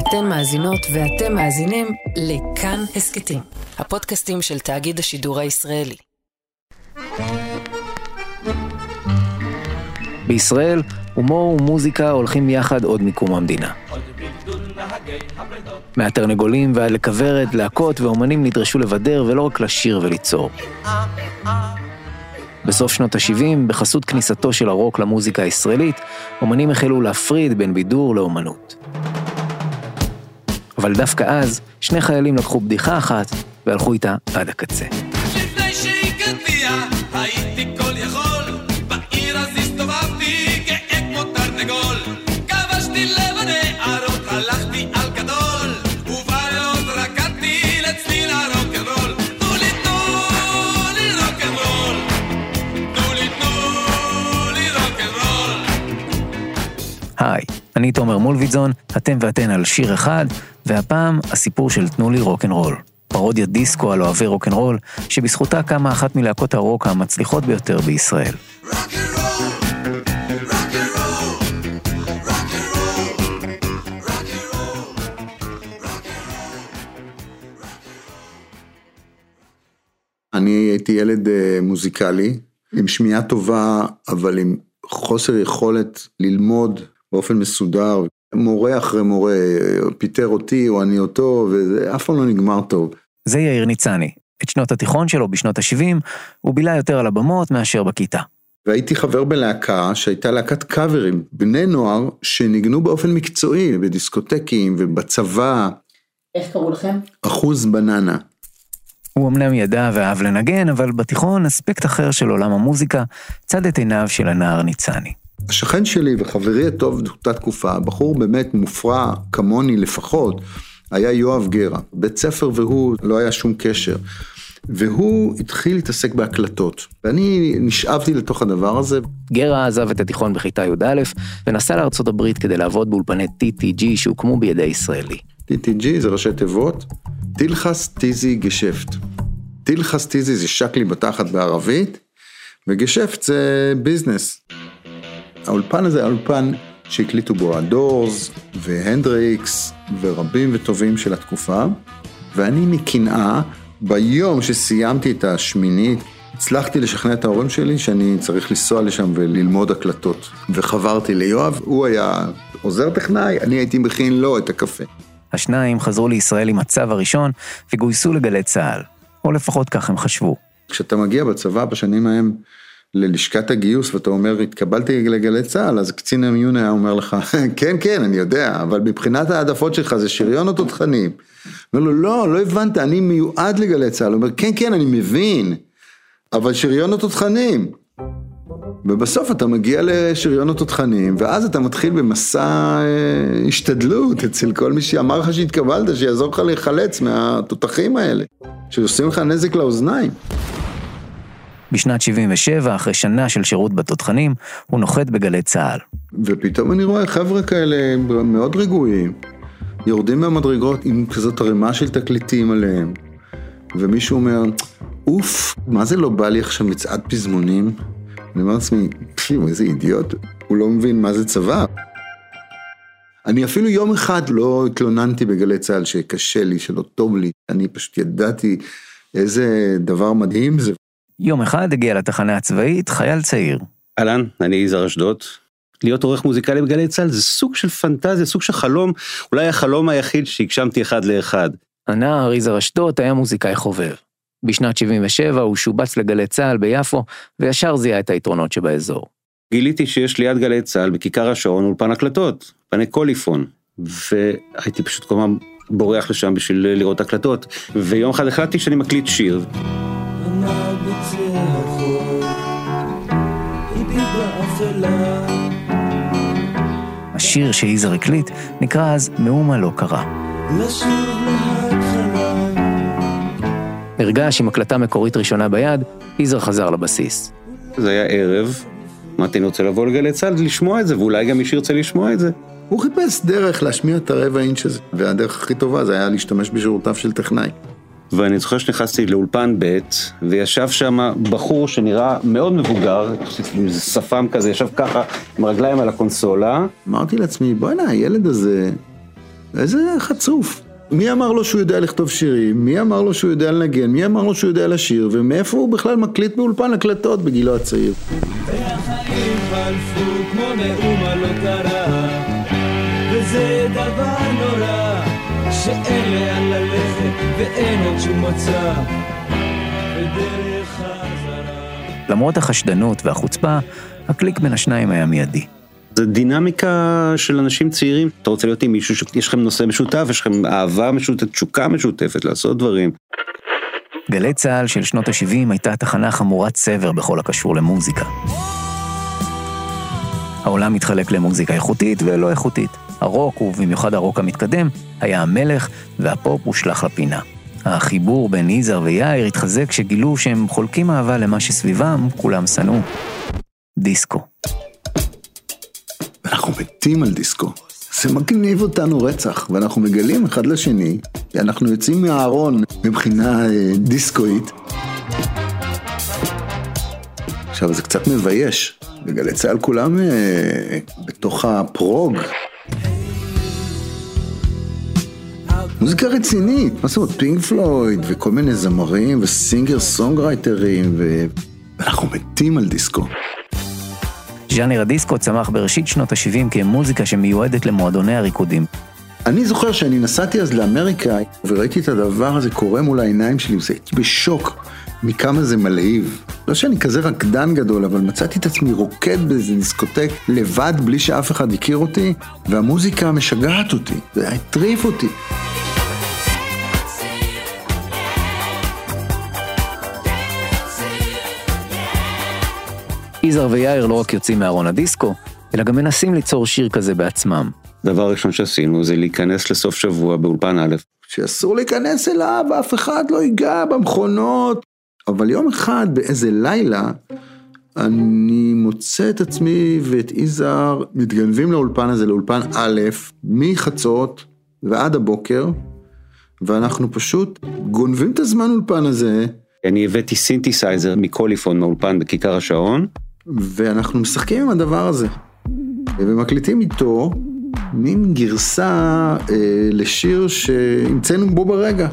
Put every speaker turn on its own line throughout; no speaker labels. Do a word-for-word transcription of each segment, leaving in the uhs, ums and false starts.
אתן מאזינות ואתם מאזינים לכאן הסקטים, הפודקאסטים של תאגיד השידור הישראלי.
בישראל, הומור ומוזיקה הולכים יחד עוד מקום המדינה. מהתרנגולים ועד לכוורת, להקות ואומנים נדרשו לבדר ולא רק לשיר וליצור. בסוף שנות ה-שבעים, בחסות כניסתו של הרוק למוזיקה הישראלית, אומנים החלו להפריד בין בידור לאומנות. אבל דווקא אז, שני חיילים לקחו בדיחה אחת והלכו איתה עד הקצה.
לפני שהגעתי, הייתי כל יכול, בעיר אז הסתובבתי גאה כמו תרנגול, כבשתי לבני ערות, הלכתי על גדול, ובלילות רקדתי לצליל הרוקנרול. תנו לי, תנו לי רוקנרול, תנו לי, תנו לי רוקנרול.
היי, אני תומר מולביטזון, אתם ואתן על שיר אחד, והפעם הסיפור של תנו לי רוקנרול. פרודיית דיסקו על אוהבי רוקנרול, שבזכותה קמה אחת מלהקות הרוק המצליחות ביותר בישראל.
אני הייתי ילד מוזיקלי, עם שמיעה טובה, אבל עם חוסר יכולת ללמוד באופן מסודר. מורה אחרי מורה, פיטר אותי או אני אותו, וזה אף פעם לא נגמר טוב.
זה יאיר ניצני. את שנות התיכון שלו בשנות ה-שבעים, הוא בילה יותר על הבמות מאשר בכיתה.
והייתי חבר בלהקה שהייתה להקת קאברים, בני נוער שניגנו באופן מקצועי, בדיסקוטקים ובצבא.
איך קראו לכם?
אחוז בננה.
הוא אמנם ידע ואהב לנגן, אבל בתיכון אספקט אחר של עולם המוזיקה, צד את עיניו של הנער ניצני.
השכן שלי וחברי הטוב באותה תקופה, בחור באמת מופרע כמוני לפחות, היה יואב גרה. בית ספר והוא לא היה שום קשר. והוא התחיל להתעסק בהקלטות. ואני נשאבתי לתוך הדבר הזה.
גרה עזב את התיכון בכיתה י' א' ונסע לארצות הברית כדי לעבוד באולפני טי טי ג'י שהוקמו בידי ישראלי.
טי טי ג'י זה ראשי תיבות, תילחס טיזי גשפט. תילחס טיזי זה שקלי בתחת בערבית, וגשפט זה ביזנס. האולפן הזה, האולפן שהקליטו בו הדורס והנדריקס ורבים וטובים של התקופה, ואני מקנאה, ביום שסיימתי את השמינית, הצלחתי לשכנע את ההורים שלי שאני צריך לנסוע לשם וללמוד הקלטות. וחברתי ליואב, הוא היה עוזר טכנאי, אני הייתי מכין לו את הקפה.
השניים חזרו לישראל עם הצו הראשון וגויסו לגלי צה"ל, או לפחות כך הם חשבו.
כשאתה מגיע בצבא בשנים ההם, ללשכת הגיוס, ואתה אומר, התקבלתי לגלי צה"ל, אז קצין המיון היה אומר לך, כן, כן, אני יודע, אבל מבחינת העדפות שלך זה שריון או תותחנים. אומר לו, לא, לא הבנת, אני מיועד לגלי צה"ל. הוא אומר, כן, כן, אני מבין, אבל שריון או תותחנים. ובסוף אתה מגיע לשריון או תותחנים, ואז אתה מתחיל במסע אה, השתדלות, אצל כל מי שאמר לך שהתקבלת, שיעזור לך להיחלץ מהתותחים האלה, שעושים לך נזק לאוזניים.
בשנת שבעים ושבע, אחרי שנה של שירות בתותחנים, הוא נוחת בגלי צה"ל.
ופתאום אני רואה חבר'ה כאלה מאוד רגועים, יורדים מהמדרגות עם כזאת הרמה של תקליטים עליהם, ומישהו אומר, אוף, מה זה לא בא לי עכשיו מצעד פזמונים? אני אומר לעצמי, פשיו, איזה אידיוט, הוא לא מבין מה זה צבא. אני אפילו יום אחד לא התלוננתי בגלי צה"ל שקשה לי, שלא טוב לי, אני פשוט ידעתי איזה דבר מדהים זה.
יום אחד הגיע לתחנה הצבאית חייל צעיר.
אלן, אני יזהר אשדות. להיות עורך מוזיקלי בגלי צה"ל זה סוג של פנטזיה, סוג של חלום, אולי החלום היחיד שהגשמתי אחד לאחד.
הנער יזהר אשדות היה מוזיקאי חובב. בשנת שבעים ושבע הוא שובץ לגלי צה"ל ביפו, וישר זיהה את היתרונות שבאזור.
גיליתי שיש ליד גלי צה"ל בכיכר השעון אולפן הקלטות, פני קוליפון, והייתי פשוט כל הזמן בורח לשם בשביל לראות הקלטות, ויום אחד החלטתי שאני מקליט שיר.
השיר שיזהר הקליט נקרא אז מאומה לא קרה. הרגש עם הקלטה מקורית ראשונה ביד, יזהר חזר לבסיס.
זה היה ערב, אמרתי, אני רוצה לבוא לגלי צה"ל לשמוע את זה, ואולי גם מישהו ירצה לשמוע את זה.
הוא חיפש דרך להשמיע את הרבע אינץ' הזה, והדרך הכי טובה זה היה להשתמש בשירותיו של טכנאי.
ואני זוכר שנכנסתי לאולפן ב' וישב שם בחור שנראה מאוד מבוגר, עם שפם כזה, ישב ככה עם רגליים על הקונסולה.
אמרתי לעצמי, בוא'נה, הילד הזה איזה חצוף. מי אמר לו שהוא יודע לכתוב שירים? מי אמר לו שהוא יודע לנגן? מי אמר לו שהוא יודע לשיר? ומאיפה הוא בכלל מקליט באולפן הקלטות בגילו הצעיר?
והחיים חלפו כמו מאומה לא קרה, וזה דבר נורא, שאין לאן ללכת ואין עוד שום מוצא בדרך חזרה.
למרות החשדנות והחוצפה, הקליק בין השניים היה מיידי.
זה דינמיקה של אנשים צעירים. אתה רוצה להיות עם מישהו שיש לכם נושא משותף, יש לכם אהבה משותפת, תשוקה משותפת, לעשות דברים.
גלי צהל של שנות ה-שבעים הייתה תחנה חמורת סבר בכל הקשור למוזיקה. העולם מתחלק למוזיקה איכותית ולא איכותית. הרוק, ובמיוחד הרוק המתקדם, היה המלך והפופ הושלח לפינה. החיבור בין יזהר ויאיר התחזק כשגילו שהם חולקים אהבה למה שסביבם כולם שנאו. דיסקו.
אנחנו מתים על דיסקו. זה מגניב אותנו רצח, ואנחנו מגלים אחד לשני, אנחנו יוצאים מהארון מבחינה אה, דיסקואית. עכשיו זה קצת מבייש, בגלי צהל כולם אה, בתוך הפרוג. מוזיקה רצינית, מה זאת אומרת, פינק פלויד וכל מיני זמרים וסינגר סונגרייטרים, ואנחנו מתים על דיסקו.
ז'אנר הדיסקו צמח בראשית שנות ה-שבעים כמוזיקה שמיועדת למועדוני הריקודים.
אני זוכר שאני נסעתי אז לאמריקה וראיתי את הדבר הזה קורה מול העיניים שלי, והייתי בשוק מכמה זה מלהיב. לא שאני כזה רקדן גדול, אבל מצאתי את עצמי רוקד באיזה דיסקוטק לבד בלי שאף אחד הכיר אותי, והמוזיקה משגעת אותי, זה הטריף אותי.
יזהר ויאיר לא רק יוצאים מארון הדיסקו, אלא גם מנסים ליצור שיר כזה בעצמם.
דבר ראשון שעשינו זה להיכנס לסוף שבוע באולפן א'.
שאסור להיכנס אליו, אף אחד לא ייגע במכונות. אבל יום אחד, באיזה לילה, אני מוצא את עצמי ואת יזהר מתגנבים לאולפן הזה, לאולפן א', מחצות ועד הבוקר, ואנחנו פשוט גונבים את הזמן אולפן הזה.
אני הבאתי סינתסייזר מקוליפון מאולפן בכיכר השעון.
ואנחנו משחקים עם הדבר הזה. ומקליטים איתו מין גרסה אה, לשיר שהמצאנו בו ברגע.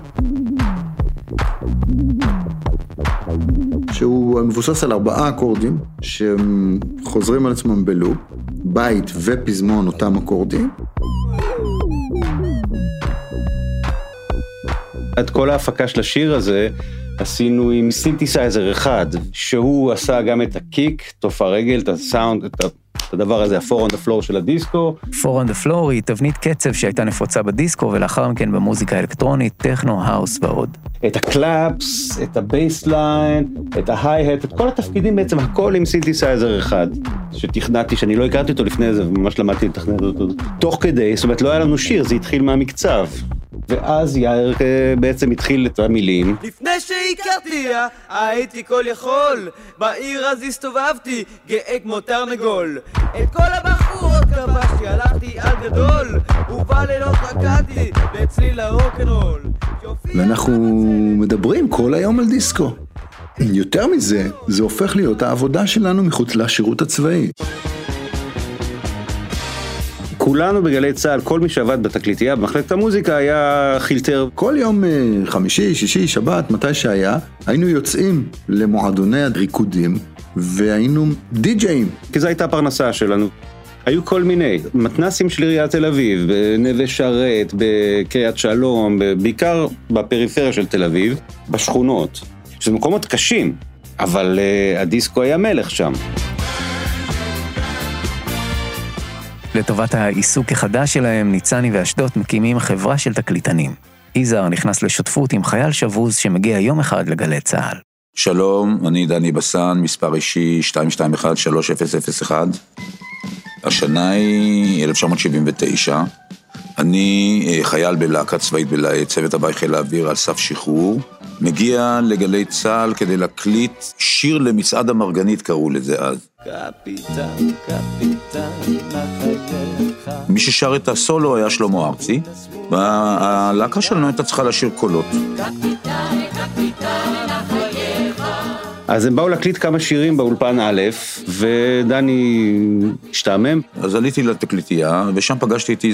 שהוא מבוסס על ארבעה אקורדים שחוזרים על עצמם בלופ, בית ופזמון אותם אקורדים.
את כל ההפקה של השיר הזה עשינו עם סינתסייזר אחד, שהוא עשה גם את הקיק, תוף הרגל, את הסאונד, את הדבר הזה, ה-four on the floor של הדיסקו.
four on the floor היא תבנית קצב שהייתה נפוצה בדיסקו, ולאחר מכן במוזיקה אלקטרונית, טכנו, האוס ועוד.
את הקלאפס, את הבייסליין, את ההי-הט, את כל התפקידים בעצם, הכל עם סינתסייזר אחד, שתכנתי, שאני לא הכרתי אותו לפני זה, וממש למדתי לתכנת אותו. תוך כדי, זאת אומרת, לא היה לנו שיר, זה התחיל מהמקצב. ואז יאיר בעצם התחיל את המילים.
לפני שהכרתיה, הייתי כל יכול, בעיר אז הסתובבתי, גאה כמו תרנגול. את כל הבחורות כבשתי, הלכתי על גדול, ובלילות רקדתי, בצליל הרוקנרול.
ואנחנו מדברים כל היום על דיסקו. יותר מזה, זה הופך להיות העבודה שלנו מחוץ לשירות הצבאי.
כולנו בגלי צהל, כל מי שעבד בתקליטייה, במחלקת המוזיקה היה חילטר.
כל יום חמישי, שישי, שבת, מתי שהיה, היינו יוצאים למועדוני הריקודים, והיינו די-ג'אים.
כי זו הייתה הפרנסה שלנו. היו כל מיני מתנסים של עיריית תל אביב, בנווה שרת, בקריית שלום, בעיקר בפריפריה של תל אביב, בשכונות. שזה מקומות קשים, אבל uh, הדיסקו היה מלך שם.
לטובת העיסוק החדש שלהם, ניצני ואשדוד מקימים חברה של תקליטנים. יזהר נכנס לשותפות עם חייל שבוז שמגיע יום אחד לגלי צהל.
שלום, אני דני בסן, מספר אישי שתיים שתיים אחת שלוש אפס אפס אחת. השנה היא אלף תשע מאות שבעים ותשע. אני חייל בלהקה צבאית בצוות הבאי חיל האוויר על סף שחרור. מגיע לגלי צהל כדי להקליט שיר למצעד המרגנית, קראו לזה אז.
קפיטן, קפיטן, לחייך.
מי ששר את הסולו היה שלמה ארצי, והלהקה שלנו הייתה צריכה לשיר קולות.
קפיטן, קפיטן, לחייך.
אז הם באו להקליט כמה שירים באולפן א', ודני השתעמם.
אז עליתי לתקליטייה, ושם פגשתי את יזהר.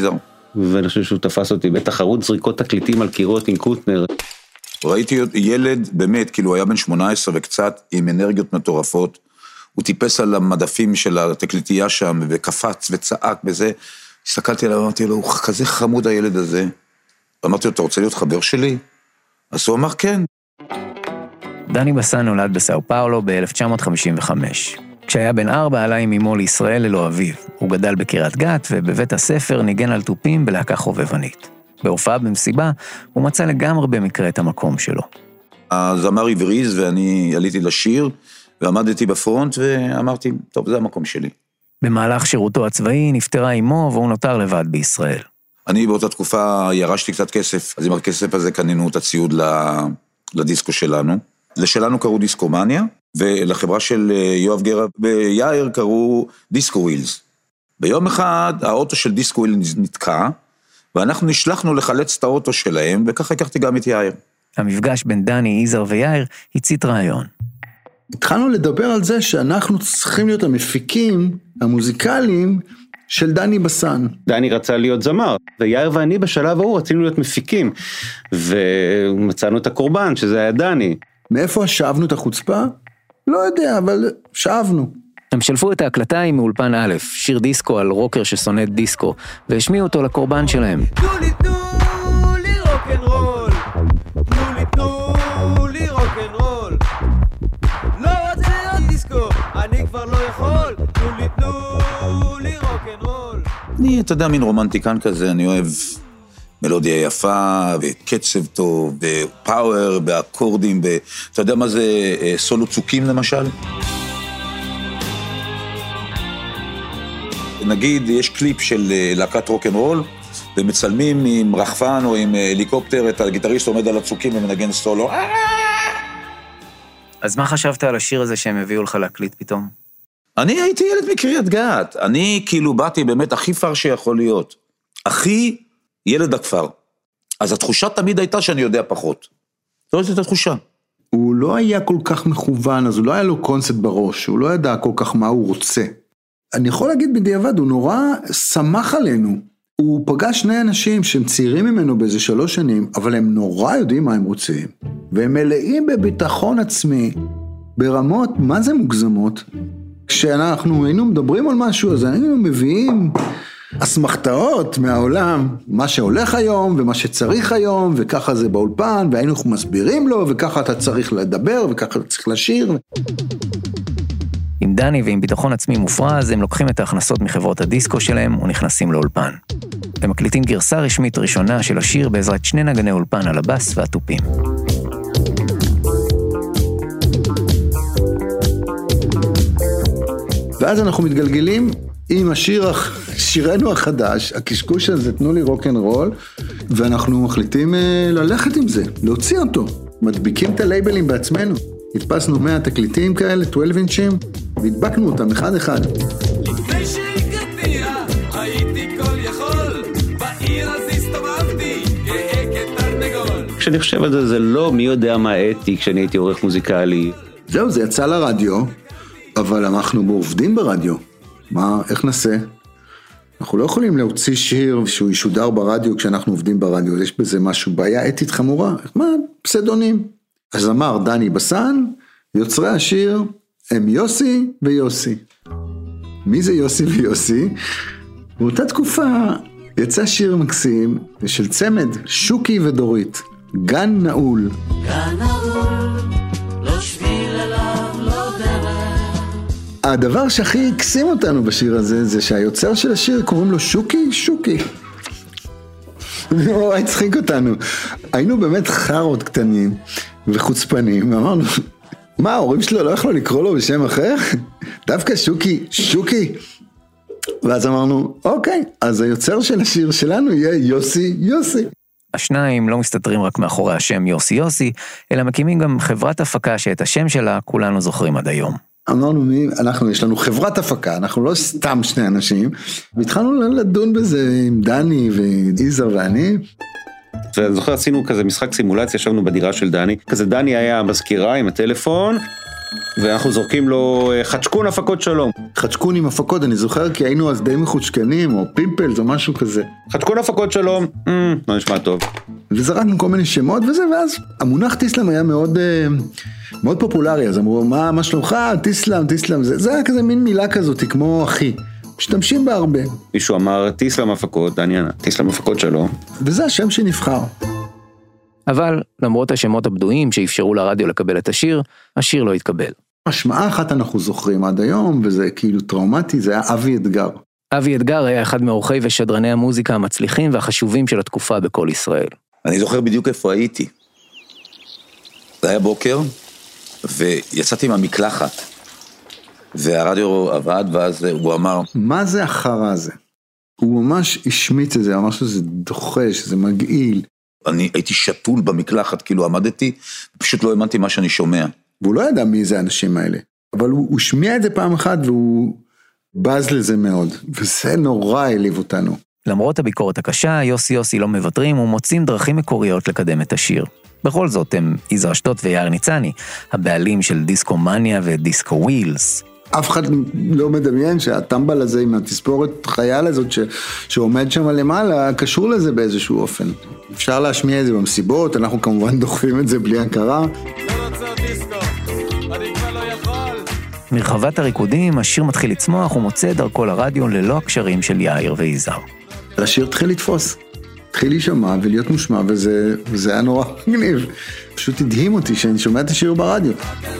ואני חושב שהוא תפס אותי בתחרות זריקות תקליטים על קירות עם קוטנר.
ראיתי ילד, באמת, כאילו היה בן שמונה עשרה וקצת, עם אנרגיות מטורפות, הוא טיפס על המדפים של התקליטייה שם, וקפץ וצעק בזה, הסתכלתי עליו, אמרתי לו, הוא כזה חמוד הילד הזה. אמרתי לו, אתה רוצה להיות חבר שלי? אז הוא אמר, כן.
דני בסן נולד בסאו פאולו ב-אלף תשע מאות חמישים וחמש. כשהיה בן ארבע עלה עם אמו לישראל ללא אביו. הוא גדל בקריית גת ובבית הספר ניגן על טופים בלהקה חובבנית. בהופעה במסיבה הוא מצא לגמרי במקרה את המקום שלו.
הזמר הבריז ואני עליתי לשיר ועמדתי בפרונט ואמרתי, טוב, זה המקום שלי.
במהלך שירותו הצבאי נפטרה אמו והוא נותר לבד בישראל.
אני באותה תקופה ירשתי קצת כסף, אז עם הכסף הזה קנינו את הציוד לדיסקו שלנו. לשלנו קראו דיסקומניה, ולחברה של יואב גרה ביאיר קראו דיסקו ווילס. ביום אחד האוטו של דיסקו ווילס נתקע, ואנחנו נשלחנו לחלץ את האוטו שלהם, וככה הכרתי גם את יאיר.
המפגש בין דני, יזהר ויאיר הצית רעיון.
התחלנו לדבר על זה שאנחנו צריכים להיות המפיקים המוזיקליים של דני בסן.
דני רצה להיות זמר, ויאיר ואני בשלב ההוא רצינו להיות מפיקים, ומצאנו את הקורבן, שזה היה דני.
מאיפה שאבנו את החוצפה? לא יודע, אבל שאבנו.
הם שלפו את ההקלטה עם מאולפן א', שיר דיסקו על רוקר ששונא דיסקו, והשמיעו אותו לקורבן שלהם.
תנו לי, תנו לי רוק'נ'רול, תנו לי, תנו לי רוק'נ'רול, לא רוצה להיות דיסקו, אני כבר לא יכול, תנו לי, תנו לי רוק'נ'רול.
אני, אתה יודע, מין רומנטיקן כזה, אני אוהב מלודיה יפה, וקצב טוב, ופאוור, באקורדים, ב... אתה יודע מה זה סולו צוקים למשל? נגיד, יש קליפ של להקת רוק'נ'רול, ומצלמים עם רחפן או עם הליקופטר, את הגיטריסט עומד על הצוקים ומנגן סולו.
אז מה חשבת על השיר הזה שהם הביאו לך להקליט פתאום?
אני הייתי ילד מקריית גת, אני כאילו באתי באמת הכי פר שיכול להיות, הכי ילד הכפר. אז התחושה תמיד הייתה שאני יודע פחות. זאת הייתה התחושה.
הוא לא היה כל כך מכוון, אז הוא לא היה לו קונספט בראש, הוא לא ידע כל כך מה הוא רוצה. אני יכול להגיד בדיעבד, הוא נורא שמח עלינו. הוא פגש שני אנשים שהם צעירים ממנו באיזה שלוש שנים, אבל הם נורא יודעים מה הם רוצים. והם מלאים בביטחון עצמי, ברמות, מה זה מוגזמות? כשאנחנו היינו מדברים על משהו, אז היינו מביאים אסמכתאות מהעולם, מה שהולך היום ומה שצריך היום, וככה זה באולפן, והיינו מסבירים לו, וככה אתה צריך לדבר, וככה אתה צריך לשיר.
עם דני ועם ביטחון עצמי מופרז, הם לוקחים את ההכנסות מחברות הדיסקו שלהם ונכנסים לאולפן. הם מקליטים גרסה רשמית ראשונה של השיר בעזרת שני נגני אולפן על הבאס והטופים.
ואז אנחנו מתגלגלים עם השיר, שירנו החדש, הקשקוש הזה, תנו לי רוק'נ'רול, ואנחנו מחליטים ללכת עם זה, להוציא אותו. מדביקים את הלייבלים בעצמנו. הדפסנו מאה תקליטים כאלה, שתים עשרה אינצ'ים, והדבקנו אותם אחד אחד.
לפני שהגעתי, הייתי כל יכול, בעיר אז הסתובבתי, גאה כתרנגול.
כשאני חושב על זה, זה לא מי יודע מה אתי כשאני הייתי עורך מוזיקלי.
זהו, זה יצא לרדיו, אבל אנחנו עובדים ברדיו. מה, איך נעשה? אנחנו לא יכולים להוציא שיר שהוא ישודר ברדיו כשאנחנו עובדים ברדיו, יש בזה משהו, בעיה אתית חמורה. מה? פסדונים. אז אמר דני בסן, יוצרי השיר הם יוסי ויוסי. מי זה יוסי ויוסי? באותה תקופה יצא שיר מקסים של צמד, שוקי ודורית, גן נעול.
גן נעול, לא שביל אליו, לא דרך.
הדבר שהכי הקסים אותנו בשיר הזה, זה שהיוצר של השיר קוראים לו שוקי, שוקי. הוא הצחיק אותנו. היינו באמת חרות קטנים וחוצפנים, ואמרנו, מה, ההורים שלו לא יכלו לקרוא לו בשם אחר? דווקא שוקי, שוקי. ואז אמרנו, אוקיי, אז היוצר של השיר שלנו יהיה יוסי, יוסי.
השניים לא מסתתרים רק מאחורי השם יוסי יוסי, אלא מקימים גם חברת הפקה שאת השם שלה כולנו זוכרים עד היום.
אמרנו, מי, אנחנו, יש לנו חברת הפקה, אנחנו לא סתם שני אנשים, והתחלנו לדון בזה עם דני ויזהר ואני.
ואני זוכר, עשינו כזה משחק סימולציה, ישבנו בדירה של דני, כזה דני היה המזכירה עם הטלפון, ואנחנו זורקים לו חדשקון הפקות שלום.
חדשקון עם הפקות, אני זוכר כי היינו אז די מחודשקנים, או פימפלס או משהו כזה.
חדשקון הפקות שלום, לא נשמע טוב.
וזרקנו כל מיני שמות וזה, ואז המונח טיסלאם היה מאוד, מאוד פופולרי, אז אמרו, מה, מה שלומך? טיסלאם, טיסלאם, זה, זה היה כזה מין מילה כזאת, כמו אחי. משתמשים בה הרבה.
מישהו אמר, טיסלאם הפקות, דניאל, טיסלאם הפקות שלום.
וזה השם שנבחר.
אבל למרות השמות הבדויים שאפשרו לרדיו לקבל את השיר, השיר לא התקבל.
השמעה אחת אנחנו זוכרים עד היום, וזה כאילו טראומטי, זה היה אבי אתגר.
אבי אתגר היה אחד מעורכי ושדרני המוזיקה המצליחים והחשובים של התקופה בכל ישראל.
אני זוכר בדיוק איפה הייתי. זה היה בוקר, ויצאתי מהמקלחת, והרדיו עבד, ואז הוא אמר,
מה זה החרא הזה? הוא ממש השמיץ את זה, אמר שזה דוחה, שזה מגעיל.
אני הייתי שתול במקלחת, כאילו עמדתי, פשוט לא האמנתי מה שאני שומע.
והוא לא ידע מי זה האנשים האלה, אבל הוא, הוא שמיע את זה פעם אחת, והוא בז לזה מאוד, וזה נורא העליב אותנו.
למרות הביקורת הקשה, יוסי יוסי לא מוותרים ומוצאים דרכים מקוריות לקדם את השיר. בכל זאת הם יזהר שטות ויאיר ניצני, הבעלים של דיסקו מניה ודיסקו ווילס.
אף אחד לא מדמיין שהטמבל הזה עם התספורת חייל הזאת ש... שעומד שם למעלה, קשור לזה באיזשהו אופן. אפשר להשמיע את זה במסיבות, אנחנו כמובן דוחפים את זה בלי הכרה.
מרחבת הריקודים, השיר מתחיל לצמוח ומוצא דרכו לרדיו ללא הקשרים של יאיר ויזהר.
השיר התחיל לתפוס, התחיל להישמע ולהיות מושמע, וזה, וזה היה נורא מגניב. פשוט הדהים אותי שאני שומע את השיר ברדיו.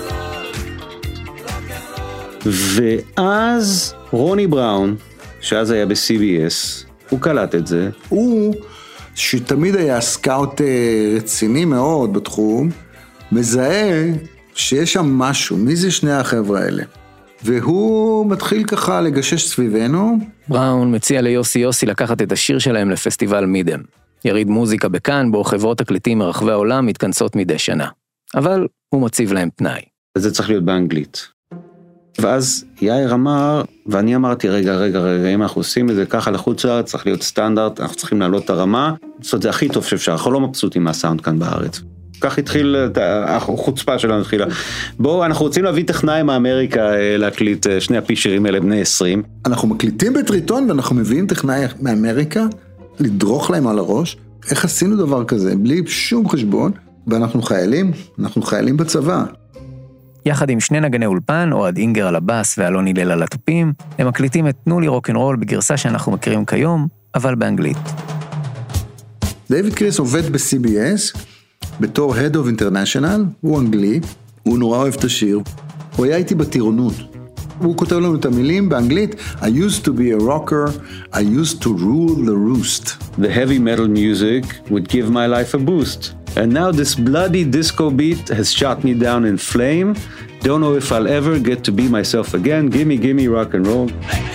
ואז רוני בראון, שאז היה ב-סי בי אס, הוא קלט את זה.
הוא, שתמיד היה סקאוט רציני מאוד בתחום, מזהה שיש שם משהו, מי זה שני החבר'ה האלה? והוא מתחיל ככה לגשש סביבנו.
בראון מציע ליוסי יוסי לקחת את השיר שלהם לפסטיבל מידם. יריד מוזיקה בכאן, בו חברות תקליטים מרחבי העולם מתכנסות מדי שנה. אבל הוא מציב להם תנאי.
זה צריך להיות באנגלית. ואז יאיר אמר, ואני אמרתי, רגע, רגע, רגע, אם אנחנו עושים את זה ככה לחוץ לארץ, צריך להיות סטנדרט, אנחנו צריכים לעלות את הרמה, זאת זה הכי טוב שאפשר, אנחנו לא מבסוטים מהסאונד כאן בארץ. כך התחיל, החוצפה שלנו התחילה. בואו, אנחנו רוצים להביא טכנאי מאמריקה להקליט שני הפישרים האלה בני עשרים.
אנחנו מקליטים בטריטון ואנחנו מביאים טכנאי מאמריקה, לדרוך להם על הראש. איך עשינו דבר כזה? בלי שום חשבון, ואנחנו חיילים, אנחנו חיילים בצבא.
יחד עם שני נגני אולפן, אוהד אינגר על הבאס ואלון הלל על התופים, הם מקליטים את תנו לי רוק'נ'רול בגרסה שאנחנו מכירים כיום, אבל באנגלית.
דיוויד קריס עובד ב-סי בי אס, בתור Head of International, הוא אנגלי, הוא נורא אוהב את השיר, הוא היה איתי בטירונות. הוא כותב לנו את המילים באנגלית, I used to be a rocker, I used to rule the roost.
The heavy metal music would give my life a boost. And now this bloody disco beat has shot me down in flame. Don't know if I'll ever get to be myself again. Gimme, gimme rock and roll.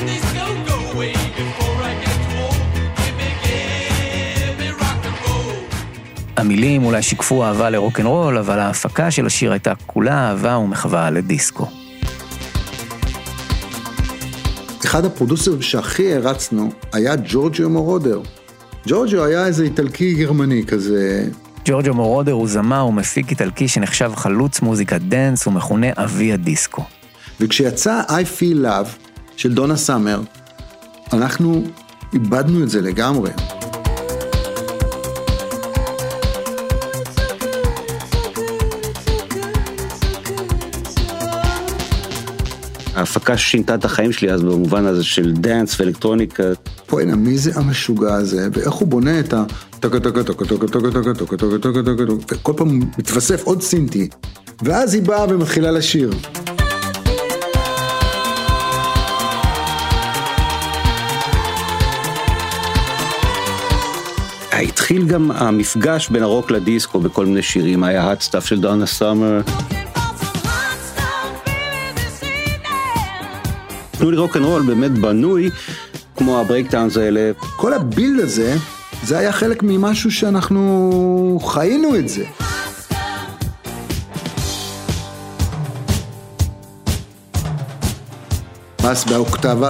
המילים אולי שיקפו אהבה לרוק'נ'רול, אבל ההפקה של השיר הייתה כולה אהבה ומחווה לדיסקו.
אחד הפרודוסרים שהכי הרצנו היה ג'ורג'יו מורודר. ג'ורג'יו היה איזה איטלקי גרמני כזה.
ג'ורג'יו מורודר הוא זמר ומפיק איטלקי שנחשב חלוץ מוזיקת דנס ומכונה אבי הדיסקו.
וכשיצא I Feel Love של דונה סאמר, אנחנו איבדנו את זה לגמרי.
ההפקה ששינתה את החיים שלי אז במובן הזה של דאנס ואלקטרוניקה.
פה הנה, מי זה המשוגע הזה, ואיך הוא בונה את ה... טוקו טוקו טוקו טוקו טוקו טוקו טוקו טוקו טוקו טוקו טוקו, וכל פעם מתווסף עוד סינטי, ואז היא באה ומתחילה לשיר.
התחיל גם המפגש בין הרוק לדיסקו בכל מיני שירים, היה hot stuff של דונה סאמר. תנו לי רוק'נ'רול באמת בנוי, כמו הברייקדאונס האלה.
כל הבילד הזה, זה היה חלק ממשהו שאנחנו חיינו את זה. בס באוקטבה.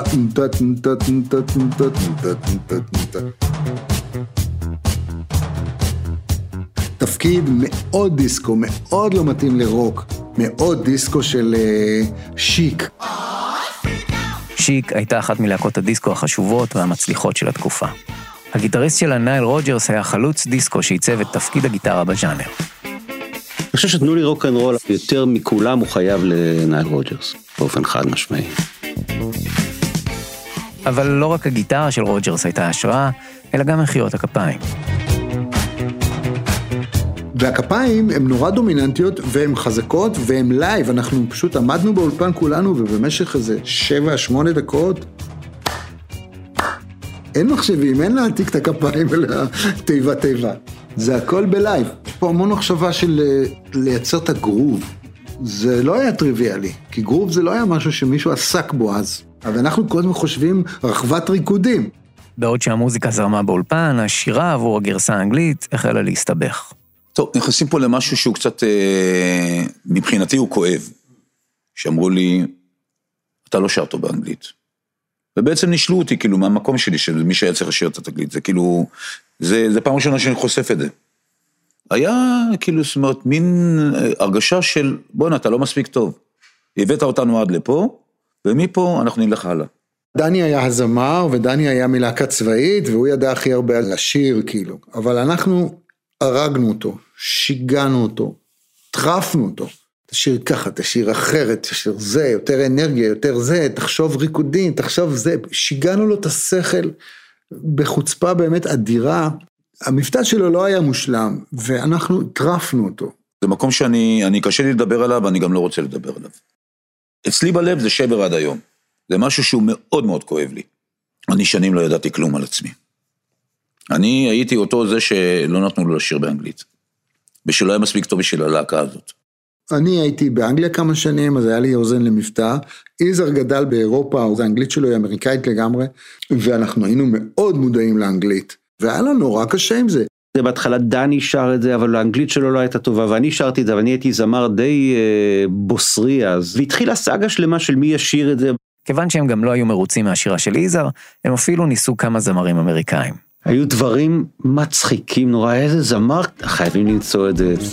תפקיד מאוד דיסקו, מאוד לא מתאים לרוק. מאוד דיסקו של שיק.
שיק הייתה אחת מלהקות הדיסקו החשובות והמצליחות של התקופה. הגיטריסט שלה, נייל רוג'רס, היה חלוץ דיסקו שעיצב את תפקיד הגיטרה בז'אנר.
אני חושב שתנו לי רוק אנד רול יותר מכולם הוא חייב לנייל רוג'רס, באופן חד משמעי.
אבל לא רק הגיטרה של רוג'רס הייתה השראה, אלא גם מחיאות הכפיים.
והכפיים הן נורא דומיננטיות והן חזקות והן לייב. אנחנו פשוט עמדנו באולפן כולנו ובמשך איזה שבע, שמונה דקות אין מחשבים, אין להעתיק את הכפיים ולתיבה תיבה. זה הכל בלייב. יש פה המון מחשבה של לייצר את הגרוב. זה לא היה טריוויאלי, כי גרוב זה לא היה משהו שמישהו עסק בו אז. אבל אנחנו כל הזמן חושבים רחבת ריקודים.
בעוד שהמוזיקה זרמה באולפן, השירה עבור הגרסה האנגלית החלה להסתבך.
טוב, נכנסים פה למשהו שהוא קצת, אה, מבחינתי הוא כואב. שאמרו לי, אתה לא שר אותו באנגלית. ובעצם נשלו אותי, כאילו, מהמקום שלי, שמי שהיה צריך לשיר את התגלית. זה כאילו, זה, זה פעם ראשונה שאני חושף את זה. היה, כאילו, זאת אומרת, מין הרגשה של, בוא'נה, אתה לא מספיק טוב. הבאת אותנו עד לפה, ומפה אנחנו נלך הלאה.
דני היה הזמר, ודני היה מלהקה צבאית, והוא ידע הכי הרבה לשיר, כאילו. אבל אנחנו הרגנו אותו, שיגענו אותו, טרפנו אותו. תשאיר ככה, תשאיר אחרת, תשאיר זה, יותר אנרגיה, יותר זה, תחשוב ריקודים, תחשוב זה. שיגענו לו את השכל בחוצפה באמת אדירה. המבטא שלו לא היה מושלם, ואנחנו טרפנו אותו.
זה מקום שאני, אני קשה לי לדבר עליו, ואני גם לא רוצה לדבר עליו. אצלי בלב זה שבר עד היום. זה משהו שהוא מאוד מאוד כואב לי. אני שנים לא ידעתי כלום על עצמי. אני הייתי אותו זה שלא נתנו לו לשיר באנגלית. ושלא היה מספיק טוב בשביל הלהקה הזאת.
אני הייתי באנגליה כמה שנים, אז היה לי אוזן למבטא. איזר גדל באירופה, אז האנגלית שלו היא אמריקאית לגמרי, ואנחנו היינו מאוד מודעים לאנגלית. והיה לנו נורא קשה עם זה.
זה בהתחלה דני שר את זה, אבל האנגלית שלו לא הייתה טובה, ואני שרתי את זה, ואני הייתי זמר די אה, בוסרי אז, והתחילה סאגה שלמה של מי ישיר את זה.
כיוון שהם גם לא היו מרוצים מהשירה של איזר, הם אפילו ניסו כמה זמרים אמריקאים.
היו דברים מצחיקים נורא, איזה זמר, חייבים למצוא את זה.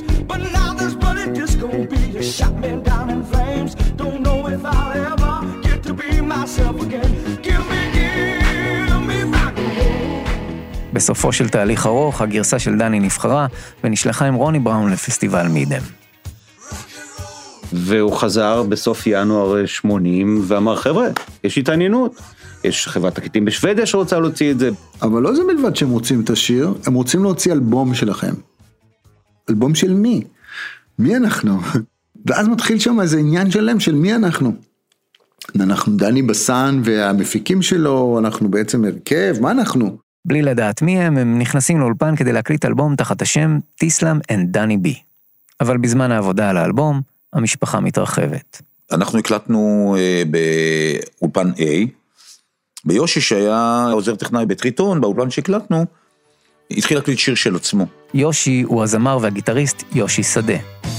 בסופו של תהליך ארוך, הגרסה של דני נבחרה, ונשלחה עם רוני בראון לפסטיבל מידם. והוא חזר בסוף ינואר שמונים, ואמר, חבר'ה, יש התעניינות. יש חברת תקליטים בשוודיה שרוצה להוציא את זה.
אבל לא זה מלבד שהם רוצים את השיר, הם רוצים להוציא אלבום שלכם. אלבום של מי? מי אנחנו? ואז מתחיל שם איזה עניין שלם של מי אנחנו. אנחנו דני בסן והמפיקים שלו, אנחנו בעצם הרכב, מה אנחנו?
בלי לדעת מי הם, הם נכנסים לאולפן כדי להקליט אלבום תחת השם טיסלאם אנד דני בי. אבל בזמן העבודה על האלבום, המשפחה מתרחבת.
אנחנו הקלטנו אה, באולפן A, ביושי שהיה עוזר טכנאי בטריטון, באולפן שהקלטנו, התחיל להקליט שיר של עצמו.
יושי הוא הזמר והגיטריסט יושי שדה.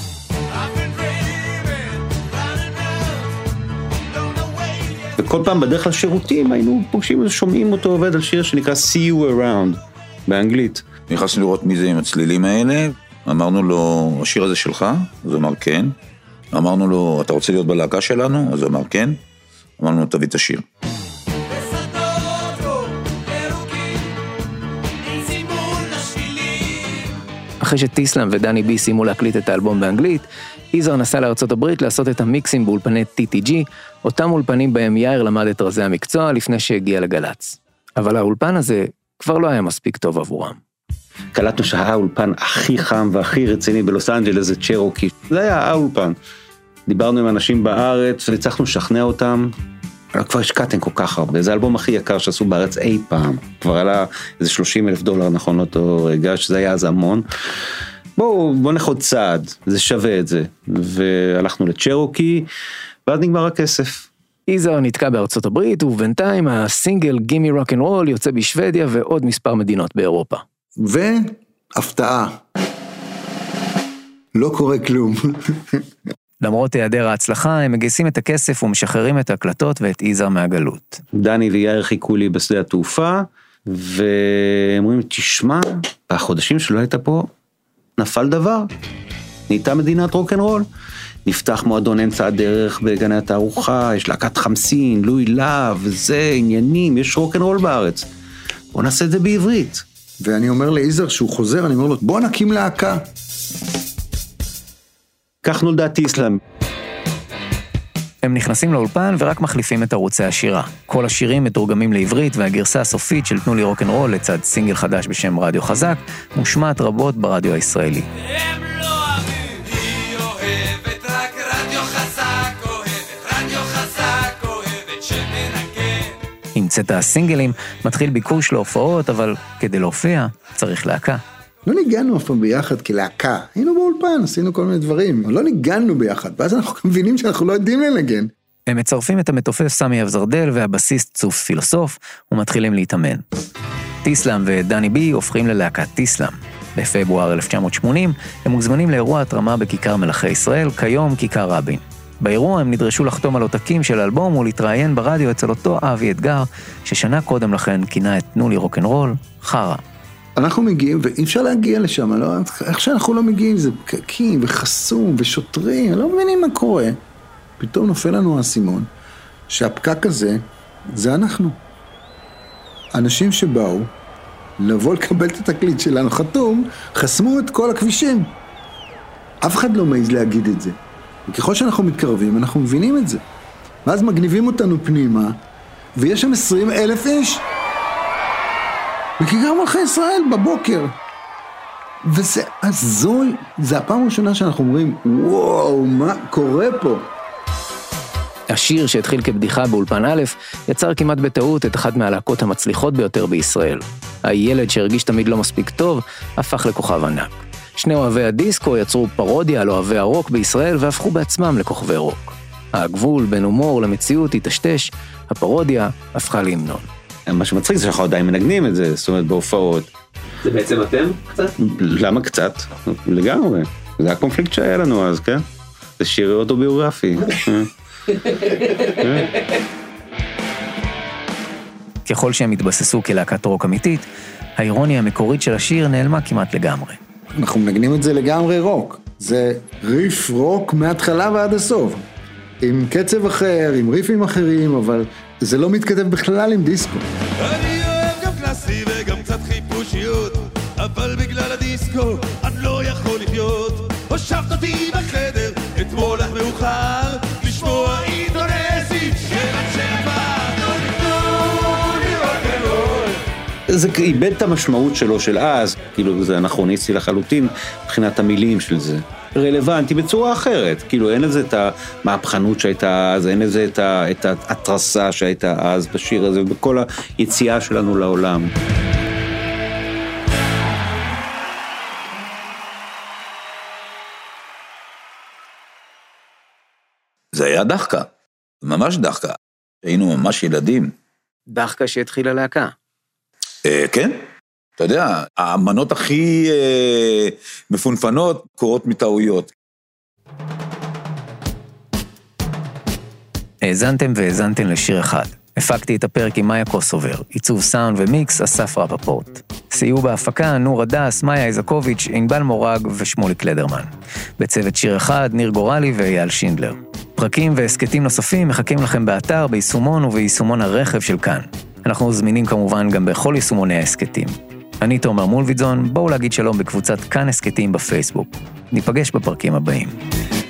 וכל פעם בדרך לשירותים היינו פוגשים ושומעים אותו עובד על שיר שנקרא See You Around, באנגלית.
נכנסנו לראות מי זה עם הצלילים האלה, אמרנו לו, השיר הזה שלך? אז הוא אמר כן. אמרנו לו, אתה רוצה להיות בלהקה שלנו? אז הוא אמר כן. אמרנו לו, תביא את השיר.
אחרי שטיסלאם ודני בי סיימו להקליט את האלבום באנגלית, איזר נסע לארצות הברית לעשות את המיקסים באולפני טי טי ג'י, אותם אולפנים בהם יאיר למד את רזי המקצוע לפני שהגיע לגלץ. אבל האולפן הזה כבר לא היה מספיק טוב עבורם.
קלטנו שהאולפן הכי חם והכי רציני בלוס אנג'לס זה צ'רוקי. זה היה האולפן. דיברנו עם אנשים בארץ והצלחנו לשכנע אותם. כבר השקעתם כל כך הרבה, זה האלבום הכי יקר שעשו בארץ אי פעם, כבר עלה איזה שלושים אלף דולר נכון אותו רגע, שזה היה אז המון. בואו, בואו נחוד צעד, זה שווה את זה. והלכנו לצ'רוקי, ואז נגמר הכסף.
איזר נתקע בארצות הברית, ובינתיים הסינגל גימי רוק אנד רול יוצא בשוודיה ועוד מספר מדינות באירופה.
והפתעה. לא קורה כלום.
למרות היעדר ההצלחה, הם מגייסים את הכסף ומשחררים את ההקלטות ואת איזר מהגלות.
דני ויאיר חיכו לי בשדה התעופה, ואומרים, תשמע, בחודשים שלא היית פה, נפל דבר. נהייתה מדינת רוק'נ'רול. נפתח מועדון אמצע הדרך בגני התערוכה, יש להקת חמסין, לואי להב, וזה, עניינים, יש רוק'נ'רול בארץ. בוא נעשה את זה בעברית.
ואני אומר לאיזר שהוא חוזר, אני אומר לו, בוא נקים להקה.
כך נולדה טיסלאם.
הם נכנסים לאולפן ורק מחליפים את ערוצי השירה. כל השירים מתורגמים לעברית, והגרסה הסופית של תנו לי רוק'נ'רול לצד סינגל חדש בשם רדיו חזק, מושמעת רבות ברדיו הישראלי.
הם לא אוהבים, היא אוהבת רק רדיו חזק, אוהבת רדיו חזק, אוהבת שמנגן.
עם צאת הסינגלים מתחיל ביקוש להופעות, אבל כדי להופיע צריך להקה.
לא ניגענו אף פעם ביחד כלהקה, היינו באולפן, עשינו כל מיני דברים, אבל לא ניגענו ביחד, ואז אנחנו מבינים שאנחנו לא יודעים לנגן.
הם מצרפים את המתופף סמי אבזרדל והבסיסט צוף פילוסוף, ומתחילים להתאמן. טיסלאם ודני בי הופכים ללהקת טיסלאם. בפברואר אלף תשע מאות שמונים הם מוזמנים לאירוע התרמה בכיכר מלכי ישראל, כיום כיכר רבין. באירוע הם נדרשו לחתום על עותקים של אלבום ולהתראיין ברדיו אצל אותו אבי אתגר, ששנה קודם לכן כינה את תנו לי רוק'נ'רול חרא.
אנחנו מגיעים, ואי אפשר להגיע לשם, לא? איך שאנחנו לא מגיעים, זה פקקים וחסום ושוטרים, לא מבינים מה קורה. פתאום נופל לנו האסימון, שהפקק הזה, זה אנחנו. אנשים שבאו לבוא לקבל את התקליט שלנו חתום, חסמו את כל הכבישים. אף אחד לא מעז להגיד את זה. וככל שאנחנו מתקרבים, אנחנו מבינים את זה. ואז מגניבים אותנו פנימה, ויש שם עשרים אלף איש. בכיכר מלכי ישראל בבוקר. וזה הזוי, זה הפעם הראשונה שאנחנו אומרים, וואו, מה קורה פה?
השיר שהתחיל כבדיחה באולפן א' יצר כמעט בטעות את אחת מהלהקות המצליחות ביותר בישראל. הילד שהרגיש תמיד לא מספיק טוב, הפך לכוכב ענק. שני אוהבי הדיסקו יצרו פרודיה על אוהבי הרוק בישראל והפכו בעצמם לכוכבי רוק. הגבול בין הומור למציאות התשתש, הפרודיה הפכה להמנון.
מה שמצחיק זה שאנחנו עדיין מנגנים את זה, זאת אומרת בהופעות.
זה בעצם אתם קצת?
למה קצת? לגמרי. זה הקונפליקט שהיה לנו אז, כן? זה שיר אוטוביוגרפי.
ככל שהם התבססו כלהקת רוק אמיתית, האירוניה המקורית של השיר נעלמה כמעט לגמרי.
אנחנו מנגנים את זה לגמרי רוק. זה ריף רוק מההתחלה ועד הסוף. עם קצב אחר, עם ריפים אחרים, אבל זה לא מתכתב בכלל עם דיסקו.
אני אוהב גם קלאסי וגם קצת חיפושיות, אבל בגלל הדיסקו אני לא יכול לחיות. הושבת אותי בחדר, אתמול לך מאוחר, לשמוע אינדונזית של הצ'פה.
זה איבד את המשמעות שלו של אז, כאילו זה אנכרוניסטי לחלוטין מבחינת המילים של זה. רלוונטי בצורה אחרת, כאילו אין לזה את המהפכנות שהייתה אז, אין לזה את ההתרסה שהייתה אז בשיר הזה, ובכל היציאה שלנו לעולם.
זה היה דחקה, ממש דחקה, היינו ממש ילדים.
דחקה שהתחילה להקה.
אה, כן, אתה יודע, האמנות הכי אה, מפונפנות קורות מטעויות.
האזנתם והאזנתם לשיר אחד. הפקתי את הפרק עם מאיה קוסובר, עיצוב סאונד ומיקס אסף רפפורט. סייעו בהפקה נור הדס, מאיה איזקוביץ', ענבל מורג ושמוליק לדרמן. בצוות שיר אחד ניר גורלי ואייל שינדלר. פרקים והסקטים נוספים מחכים לכם באתר, ביישומון וביישומון הרכב של כאן. אנחנו זמינים כמובן גם בכל יישומוני ההסקטים. אני תומר מולביטזון, בואו להגיד שלום בקבוצת כאן הסקטים בפייסבוק. ניפגש בפרקים הבאים.